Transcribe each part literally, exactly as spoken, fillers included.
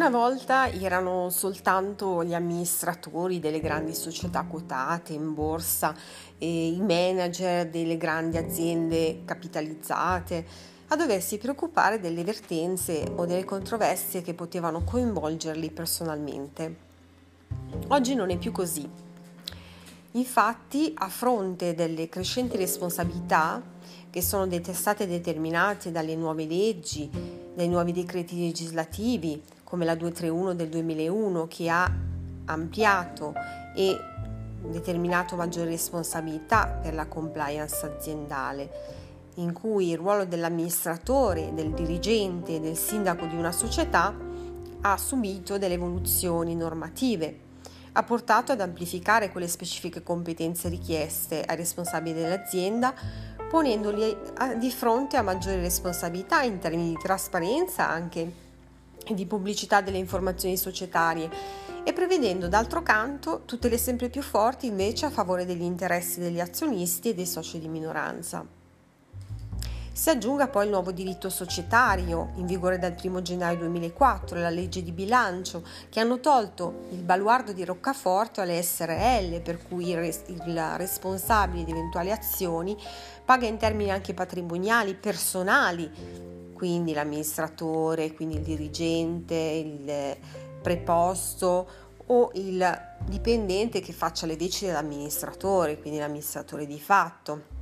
Una volta erano soltanto gli amministratori delle grandi società quotate in borsa e i manager delle grandi aziende capitalizzate a doversi preoccupare delle vertenze o delle controversie che potevano coinvolgerli personalmente. Oggi non è più così. Infatti, a fronte delle crescenti responsabilità che sono det- state determinate dalle nuove leggi, dai nuovi decreti legislativi, come la duecentotrentuno del duemilauno, che ha ampliato e determinato maggiori responsabilità per la compliance aziendale, in cui il ruolo dell'amministratore, del dirigente e del sindaco di una società ha subito delle evoluzioni normative. Ha portato ad amplificare quelle specifiche competenze richieste ai responsabili dell'azienda, ponendoli a, di fronte a maggiori responsabilità in termini di trasparenza anche e di pubblicità delle informazioni societarie e prevedendo d'altro canto tutele sempre più forti invece a favore degli interessi degli azionisti e dei soci di minoranza. Si aggiunga poi il nuovo diritto societario in vigore dal primo gennaio duemilaquattro e la legge di bilancio che hanno tolto il baluardo di roccaforte alle S R L, per cui il, res- il responsabile di eventuali azioni paga in termini anche patrimoniali, personali, quindi l'amministratore, quindi il dirigente, il preposto o il dipendente che faccia le veci dell'amministratore, quindi l'amministratore di fatto.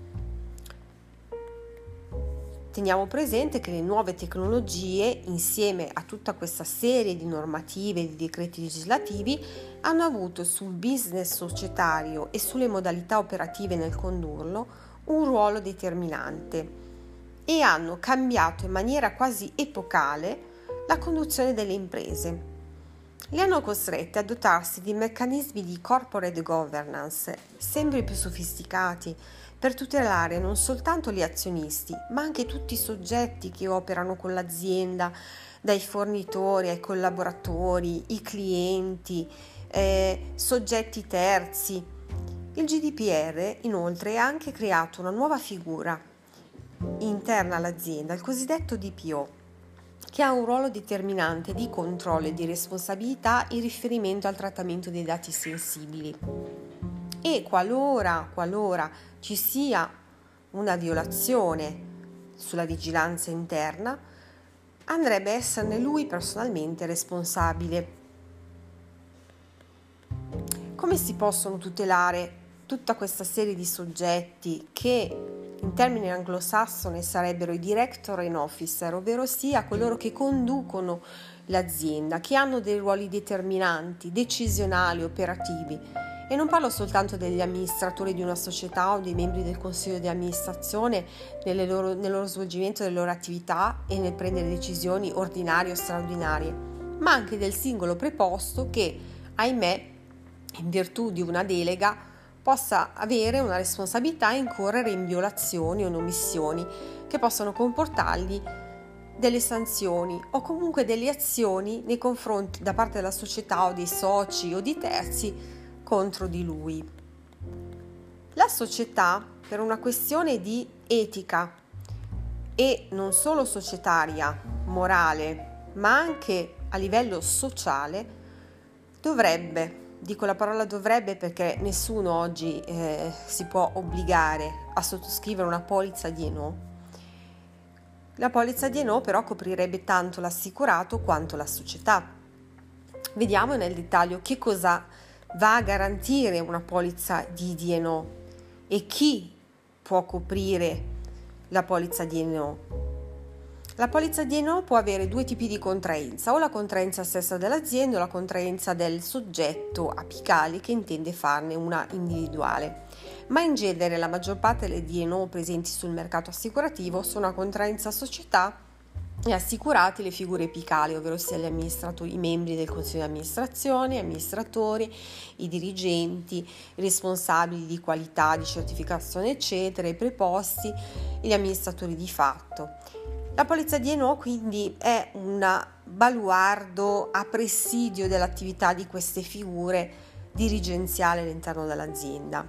Teniamo presente che le nuove tecnologie, insieme a tutta questa serie di normative e di decreti legislativi, hanno avuto sul business societario e sulle modalità operative nel condurlo un ruolo determinante e hanno cambiato in maniera quasi epocale la conduzione delle imprese. Le hanno costrette a dotarsi di meccanismi di corporate governance sempre più sofisticati per tutelare non soltanto gli azionisti, ma anche tutti i soggetti che operano con l'azienda, dai fornitori ai collaboratori, i clienti, eh, soggetti terzi. Il G D P R inoltre ha anche creato una nuova figura interna all'azienda, il cosiddetto D P O, che ha un ruolo determinante di controllo e di responsabilità in riferimento al trattamento dei dati sensibili. E qualora, qualora ci sia una violazione sulla vigilanza interna, andrebbe a esserne lui personalmente responsabile. Come si possono tutelare tutta questa serie di soggetti che in termini anglosassone sarebbero i director and officer, ovvero sia coloro che conducono l'azienda, che hanno dei ruoli determinanti, decisionali, operativi? E non parlo soltanto degli amministratori di una società o dei membri del consiglio di amministrazione nelle loro, nel loro svolgimento delle loro attività e nel prendere decisioni ordinarie o straordinarie, ma anche del singolo preposto che, ahimè, in virtù di una delega, possa avere una responsabilità e incorrere in violazioni o in omissioni che possono comportargli delle sanzioni o comunque delle azioni nei confronti da parte della società o dei soci o di terzi contro di lui. La società, per una questione di etica e non solo societaria, morale, ma anche a livello sociale, dovrebbe, dico la parola dovrebbe perché nessuno oggi eh, si può obbligare a sottoscrivere una polizza di E N O. La polizza di E N O però coprirebbe tanto l'assicurato quanto la società. Vediamo nel dettaglio che cosa va a garantire una polizza di D N O e chi può coprire la polizza di D N O. La polizza di D N O può avere due tipi di contraenza, o la contraenza stessa dell'azienda o la contraenza del soggetto apicale che intende farne una individuale. Ma in genere la maggior parte delle D N O presenti sul mercato assicurativo sono a contraenza società e assicurati le figure epicali, ovvero sia gli amministratori, i membri del consiglio di amministrazione, gli amministratori, i dirigenti, i responsabili di qualità, di certificazione, eccetera, i preposti e gli amministratori di fatto. La polizza di E N O quindi è un baluardo a presidio dell'attività di queste figure dirigenziali all'interno dell'azienda.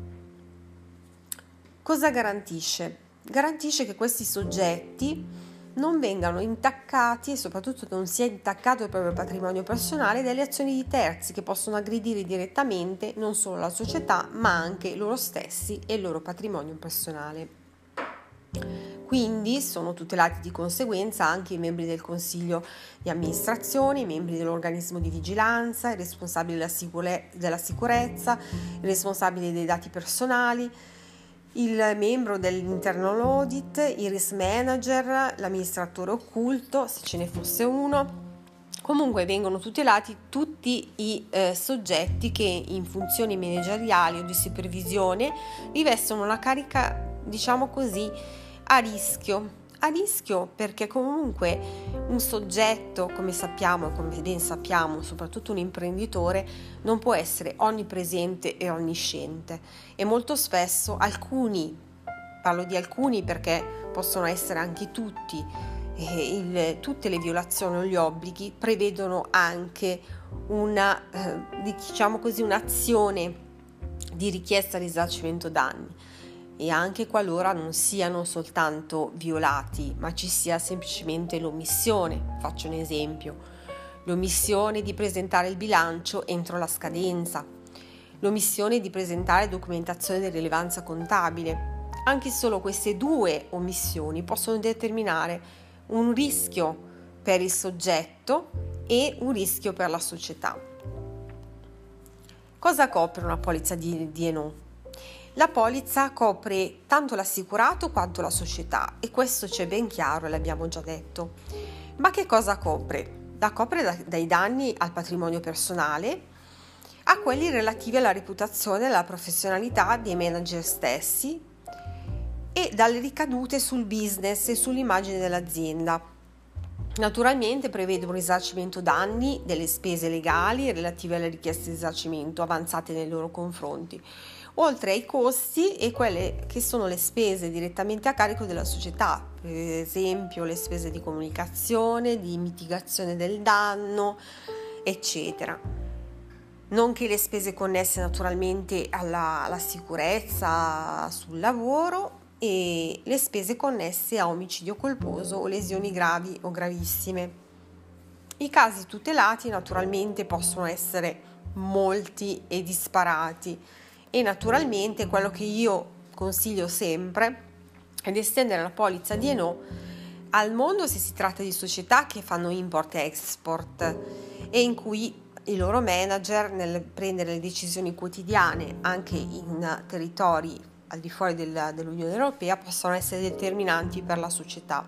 Cosa garantisce? Garantisce che questi soggetti non vengano intaccati e soprattutto non sia intaccato il proprio patrimonio personale dalle azioni di terzi che possono aggredire direttamente non solo la società ma anche loro stessi e il loro patrimonio personale. Quindi sono tutelati di conseguenza anche i membri del consiglio di amministrazione, i membri dell'organismo di vigilanza, i responsabili della, sicure- della sicurezza, i responsabili dei dati personali, il membro dell'internal audit, il risk manager, l'amministratore occulto, se ce ne fosse uno. Comunque vengono tutelati tutti i eh, soggetti che in funzioni manageriali o di supervisione rivestono una carica, diciamo così, a rischio. A rischio perché comunque un soggetto, come sappiamo e come ben sappiamo, soprattutto un imprenditore, non può essere onnipresente e onnisciente e molto spesso alcuni, parlo di alcuni perché possono essere anche tutti, eh, il, tutte le violazioni o gli obblighi prevedono anche una, eh, diciamo così, un'azione di richiesta di risarcimento danni. E anche qualora non siano soltanto violati, ma ci sia semplicemente l'omissione. Faccio un esempio: l'omissione di presentare il bilancio entro la scadenza, l'omissione di presentare documentazione di rilevanza contabile. Anche solo queste due omissioni possono determinare un rischio per il soggetto e un rischio per la società. Cosa copre una polizza di D and O? La polizza copre tanto l'assicurato quanto la società e questo c'è ben chiaro e l'abbiamo già detto. Ma che cosa copre? La copre da, dai danni al patrimonio personale a quelli relativi alla reputazione e alla professionalità dei manager stessi e dalle ricadute sul business e sull'immagine dell'azienda. Naturalmente prevede un risarcimento danni delle spese legali relative alle richieste di risarcimento avanzate nei loro confronti, oltre ai costi e quelle che sono le spese direttamente a carico della società, per esempio le spese di comunicazione, di mitigazione del danno, eccetera. Nonché le spese connesse naturalmente alla, alla sicurezza sul lavoro e le spese connesse a omicidio colposo o lesioni gravi o gravissime. I casi tutelati naturalmente possono essere molti e disparati. E naturalmente quello che io consiglio sempre è di estendere la polizza D and O al mondo se si tratta di società che fanno import e export e in cui i loro manager nel prendere le decisioni quotidiane anche in territori al di fuori del, dell'Unione Europea possono essere determinanti per la società.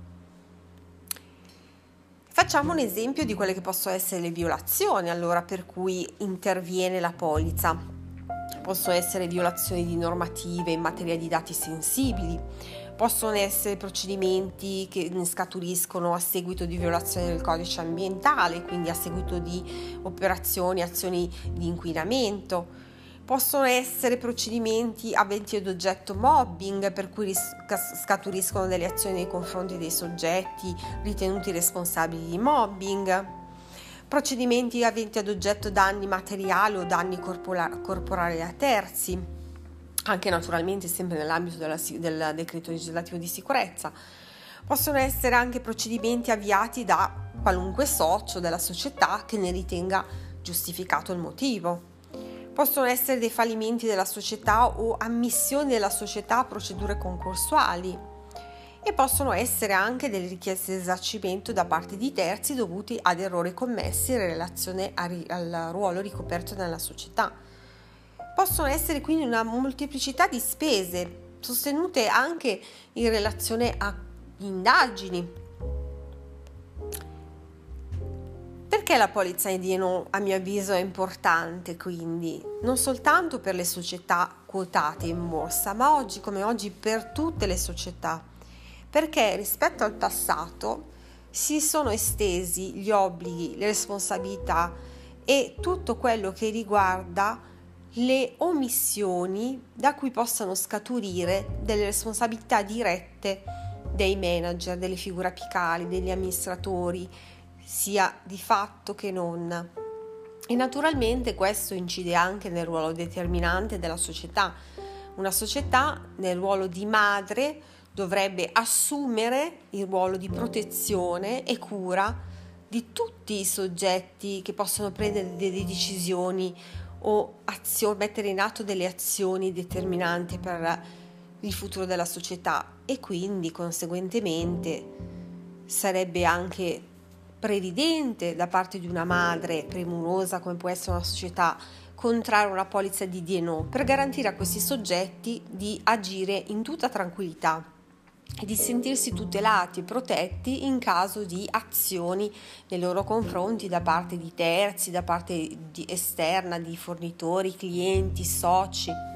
Facciamo un esempio di quelle che possono essere le violazioni allora per cui interviene la polizza. Possono essere violazioni di normative in materia di dati sensibili, possono essere procedimenti che ne scaturiscono a seguito di violazione del codice ambientale, quindi a seguito di operazioni, azioni di inquinamento, possono essere procedimenti aventi ad oggetto mobbing, per cui scaturiscono delle azioni nei confronti dei soggetti ritenuti responsabili di mobbing, procedimenti aventi ad oggetto danni materiali o danni corpora- corporali a terzi, anche naturalmente sempre nell'ambito della, del decreto legislativo di sicurezza. Possono essere anche procedimenti avviati da qualunque socio della società che ne ritenga giustificato il motivo. Possono essere dei fallimenti della società o ammissioni della società a procedure concorsuali. E possono essere anche delle richieste di risarcimento da parte di terzi dovuti ad errori commessi in relazione a, al ruolo ricoperto nella società. Possono essere quindi una molteplicità di spese sostenute anche in relazione a indagini. Perché la polizza D and O a mio avviso è importante quindi? Non soltanto per le società quotate in borsa, ma oggi come oggi per tutte le società. Perché rispetto al passato si sono estesi gli obblighi, le responsabilità e tutto quello che riguarda le omissioni da cui possano scaturire delle responsabilità dirette dei manager, delle figure apicali, degli amministratori, sia di fatto che non. E naturalmente questo incide anche nel ruolo determinante della società. Una società nel ruolo di madre dovrebbe assumere il ruolo di protezione e cura di tutti i soggetti che possono prendere delle decisioni o azio- mettere in atto delle azioni determinanti per il futuro della società, e quindi conseguentemente sarebbe anche previdente da parte di una madre premurosa come può essere una società contrarre una polizza di D e O per garantire a questi soggetti di agire in tutta tranquillità e di sentirsi tutelati e protetti in caso di azioni nei loro confronti da parte di terzi, da parte di esterna, di fornitori, clienti, soci.